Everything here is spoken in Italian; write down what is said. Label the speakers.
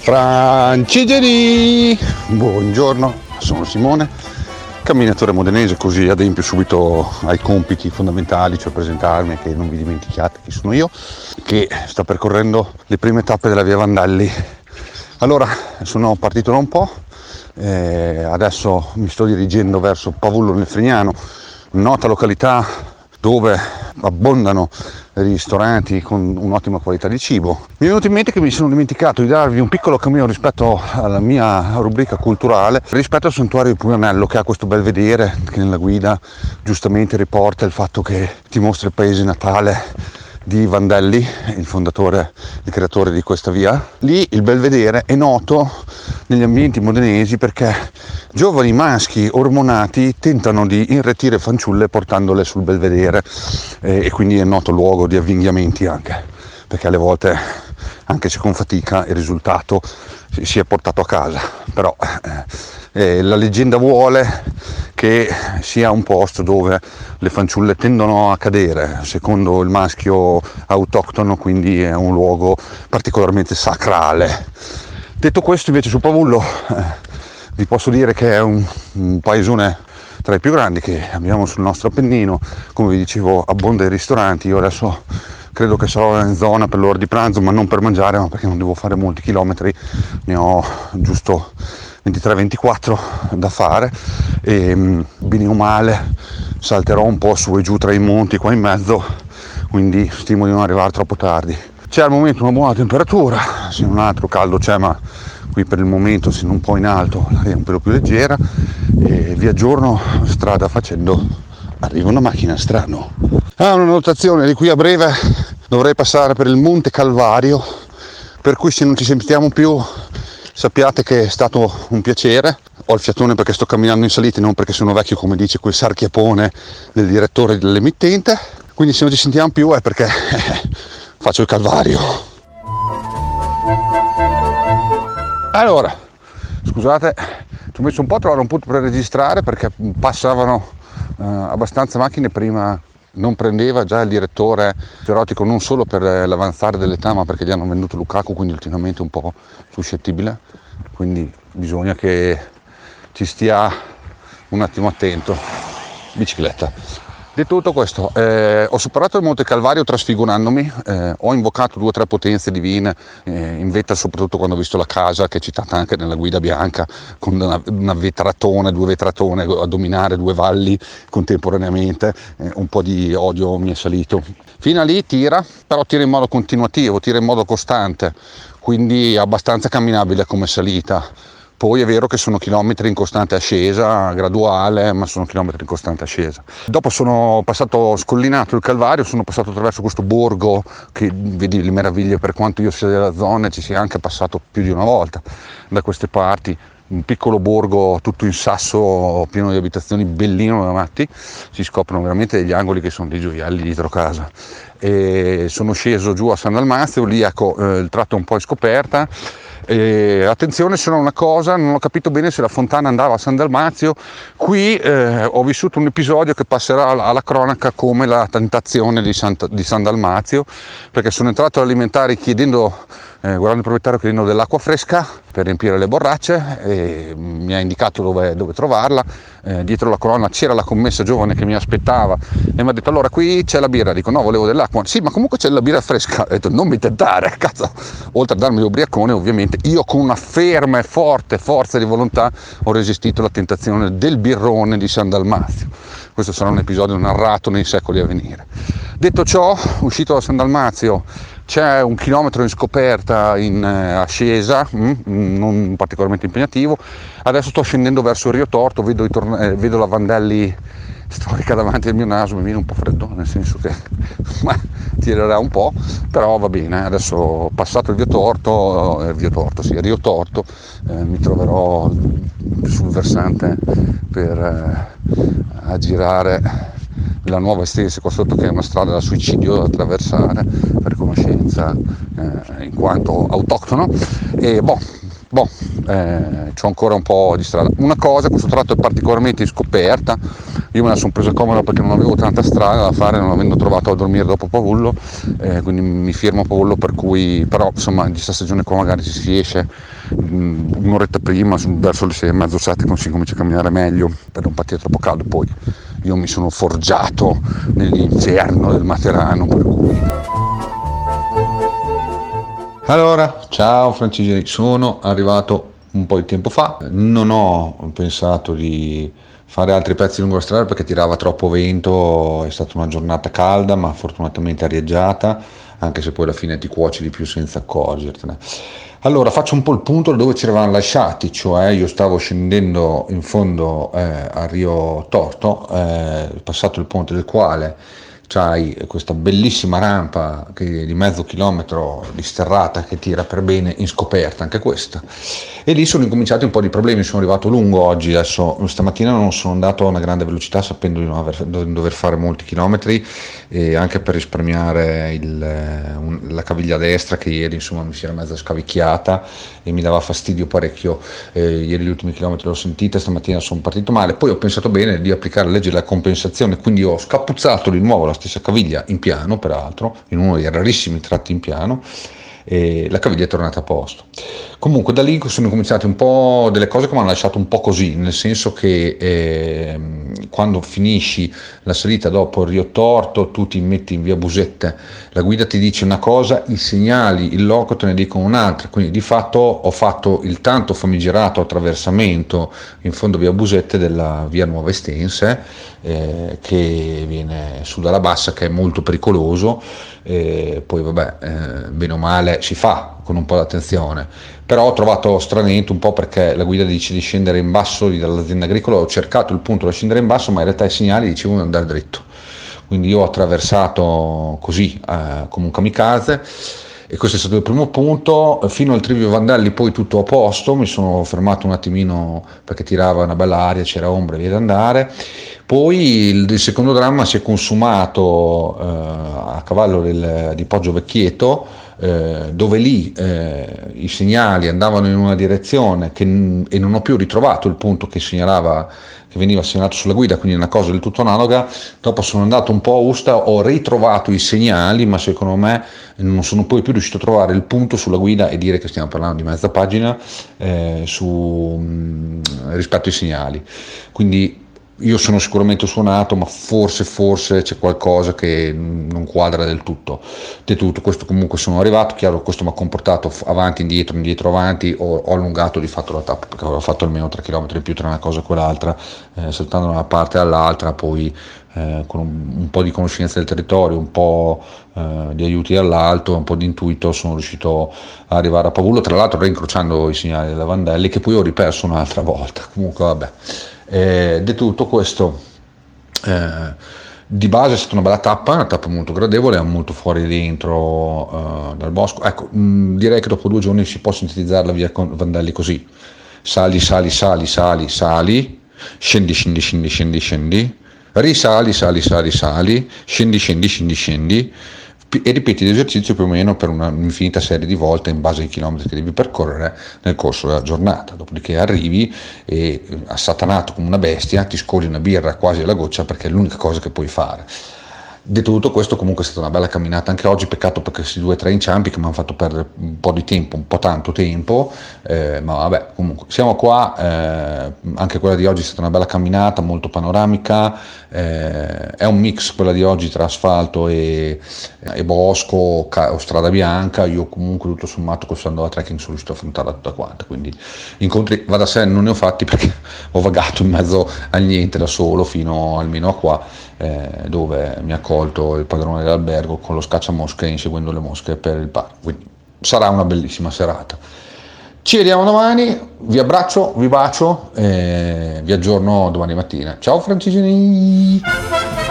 Speaker 1: Francigeni! Buongiorno, sono Simone, camminatore modenese, così adempio subito ai compiti fondamentali, cioè presentarmi, che non vi dimentichiate chi sono io, che sto percorrendo le prime tappe della via Vandelli. Allora, sono partito da un po', adesso mi sto dirigendo verso Pavullo nel Frignano, nota località dove abbondano ristoranti con un'ottima qualità di cibo. Mi è venuto in mente che mi sono dimenticato di darvi un piccolo cammino rispetto alla mia rubrica culturale, rispetto al santuario di Puglianello, che ha questo bel vedere, che nella guida giustamente riporta il fatto che ti mostra il paese natale di Vandelli, il fondatore, il creatore di questa via. Lì il Belvedere è noto negli ambienti modenesi perché giovani maschi ormonati tentano di irretire fanciulle portandole sul Belvedere, e quindi è noto luogo di avvinghiamenti anche, perché alle volte, anche se con fatica, il risultato si è portato a casa. Però la leggenda vuole che sia un posto dove le fanciulle tendono a cadere, secondo il maschio autoctono, quindi è un luogo particolarmente sacrale. Detto questo, invece, su Pavullo vi posso dire che è un paesone tra i più grandi che abbiamo sul nostro Appennino. Come vi dicevo, abbonda i ristoranti. Io adesso credo che sarò in zona per l'ora di pranzo, ma non per mangiare, ma perché non devo fare molti chilometri, ne ho giusto 23-24 da fare, e bene o male salterò un po' su e giù tra i monti qua in mezzo, quindi stimo di non arrivare troppo tardi. C'è al momento una buona temperatura, se non altro caldo c'è, ma qui per il momento, se non un po' in alto, l'aria è un pelo più leggera, e vi aggiorno strada facendo. Arriva una macchina strano. Una notazione: di qui a breve dovrei passare per il Monte Calvario, per cui se non ci sentiamo più sappiate che è stato un piacere. Ho il fiatone perché sto camminando in salita, non perché sono vecchio, come dice quel sarchiapone del direttore dell'emittente. Quindi se non ci sentiamo più è perché faccio il Calvario. Allora, scusate, ci ho messo un po' a trovare un punto per registrare perché passavano abbastanza macchine prima. Non prendeva già il direttore erotico, non solo per l'avanzare dell'età, ma perché gli hanno venduto Lukaku, quindi ultimamente un po' suscettibile, quindi bisogna che ci stia un attimo attento. Bicicletta. Detto tutto questo, ho superato il Monte Calvario trasfigurandomi, ho invocato 2 o 3 potenze divine, in vetta soprattutto quando ho visto la casa, che è citata anche nella guida bianca, con una vetratona, 2 vetratone a dominare 2 valli contemporaneamente, un po' di odio mi è salito. Fino a lì tira, però tira in modo continuativo, tira in modo costante, quindi abbastanza camminabile come salita. Poi è vero che sono chilometri in costante ascesa, graduale, ma sono chilometri in costante ascesa. Dopo sono passato scollinato il Calvario, sono passato attraverso questo borgo che vedi le meraviglie, per quanto io sia della zona, ci sia anche passato più di una volta da queste parti. Un piccolo borgo tutto in sasso, pieno di abitazioni, bellino da matti, si scoprono veramente degli angoli che sono dei gioielli dietro casa. E sono sceso giù a San Dalmazio, lì ecco il tratto è un po' in scoperta. Attenzione, solo una cosa, non ho capito bene se la fontana andava a San Dalmazio. Qui ho vissuto un episodio che passerà alla cronaca come la tentazione di San Dalmazio, perché sono entrato all'alimentare guardando il proprietario chiedendo dell'acqua fresca per riempire le borracce, e mi ha indicato dove trovarla. Dietro la colonna c'era la commessa giovane che mi aspettava e mi ha detto: allora qui c'è la birra. Dico: no, volevo dell'acqua. Sì, ma comunque c'è la birra fresca. Ho detto: non mi tentare, cazzo. Oltre a darmi l'ubriacone, ovviamente io con una ferma e forte forza di volontà ho resistito alla tentazione del birrone di San Dalmazio. Questo sarà un episodio narrato nei secoli a venire. Detto ciò, uscito da San Dalmazio, c'è 1 chilometro in scoperta in ascesa, non particolarmente impegnativo. Adesso sto scendendo verso il Rio Torto, vedo la Vandelli storica davanti al mio naso, mi viene un po' freddo, nel senso che tirerà un po', però va bene. Adesso, passato il Rio Torto, mi troverò sul versante per aggirare la nuova Estense qua sotto, che è una strada da suicidio da attraversare per conoscenza, in quanto autoctono. E boh, c'ho ancora un po' di strada. Una cosa, questo tratto è particolarmente in scoperta, io me la sono presa comoda perché non avevo tanta strada da fare, non avendo trovato a dormire dopo Pavullo, quindi mi fermo a Pavullo, per cui però insomma di sta stagione qua magari si esce un'oretta prima, verso le 6:30, 7, così comincia a camminare meglio per non partire troppo caldo. Poi io mi sono forgiato nell'inferno del Materano, per cui... Allora, ciao Francigeni, sono arrivato un po' di tempo fa, non ho pensato di fare altri pezzi lungo la strada perché tirava troppo vento, è stata una giornata calda ma fortunatamente arieggiata, anche se poi alla fine ti cuoci di più senza accorgertene. Allora, faccio un po' il punto da dove ci eravamo lasciati, cioè io stavo scendendo in fondo a Rio Torto, passato il ponte del quale c'hai questa bellissima rampa di mezzo chilometro di sterrata che tira per bene, in scoperta anche questa, e lì sono incominciati un po' di problemi. Sono arrivato lungo oggi, adesso stamattina non sono andato a una grande velocità sapendo di non dover fare molti chilometri, e anche per risparmiare la caviglia destra che ieri insomma mi si era mezza scavicchiata e mi dava fastidio parecchio. Ieri gli ultimi chilometri l'ho sentita, stamattina sono partito male, poi ho pensato bene di applicare la legge della compensazione, quindi ho scappuzzato di nuovo la stessa caviglia in piano, peraltro in uno dei rarissimi tratti in piano, e la caviglia è tornata a posto. Comunque da lì sono cominciate un po' delle cose che mi hanno lasciato un po' così, nel senso che quando finisci la salita dopo il Rio Torto, tu ti metti in via Busette, la guida ti dice una cosa, i segnali, il loco te ne dicono un'altra, quindi di fatto ho fatto il tanto famigerato attraversamento in fondo a via Busette della via Nuova Estense, che viene su dalla bassa, che è molto pericoloso. Poi vabbè, bene o male si fa con un po' d'attenzione, però ho trovato stranamente un po' perché la guida dice di scendere in basso lì dall'azienda agricola. Ho cercato il punto da scendere in basso, ma in realtà i segnali dicevano di andare dritto, quindi io ho attraversato così come un kamikaze, e questo è stato il primo punto. Fino al Trivio Vandelli poi tutto a posto, mi sono fermato un attimino perché tirava una bella aria, c'era ombra e via d'andare. Poi il secondo dramma si è consumato a cavallo di Poggio Vecchietto, dove lì i segnali andavano in una direzione e non ho più ritrovato il punto che veniva segnalato sulla guida, quindi una cosa del tutto analoga. Dopo sono andato un po' a Usta, ho ritrovato i segnali, ma secondo me non sono poi più riuscito a trovare il punto sulla guida e dire che stiamo parlando di mezza pagina rispetto ai segnali. Quindi io sono sicuramente suonato, ma forse c'è qualcosa che non quadra del tutto. Detto questo, comunque sono arrivato, chiaro, questo mi ha comportato avanti, indietro, avanti, ho allungato di fatto la tappa perché avevo fatto almeno 3 km in più tra una cosa e quell'altra, saltando da una parte all'altra. Poi con un po' di conoscenza del territorio, un po' di aiuti dall'alto, un po' di intuito, sono riuscito ad arrivare a Pavullo, tra l'altro reincrociando i segnali della Vandelli, che poi ho riperso un'altra volta. Comunque vabbè. Detto tutto questo, di base è stata una tappa molto gradevole, molto fuori dentro dal bosco. Ecco, direi che dopo 2 giorni si può sintetizzare la via Vandelli così: sali, scendi, risali, scendi, e ripeti l'esercizio più o meno per un'infinita serie di volte in base ai chilometri che devi percorrere nel corso della giornata. Dopodiché arrivi e, assatanato come una bestia, ti scoli una birra quasi alla goccia perché è l'unica cosa che puoi fare. Detto tutto questo, comunque è stata una bella camminata anche oggi, peccato per questi 2 o 3 inciampi che mi hanno fatto perdere un po' di tempo, un po' tanto tempo, ma vabbè, comunque siamo qua. Anche quella di oggi è stata una bella camminata, molto panoramica, è un mix quella di oggi tra asfalto e bosco o strada bianca. Io comunque tutto sommato quando a trekking sono riuscito a affrontarla tutta quanta, quindi incontri va da sé non ne ho fatti perché ho vagato in mezzo al niente da solo fino almeno a qua, dove mi ha accolto il padrone dell'albergo con lo scacciamosche, inseguendo le mosche per il parco. Quindi sarà una bellissima serata. Ci vediamo domani, vi abbraccio, vi bacio e vi aggiorno domani mattina. Ciao Francigeni!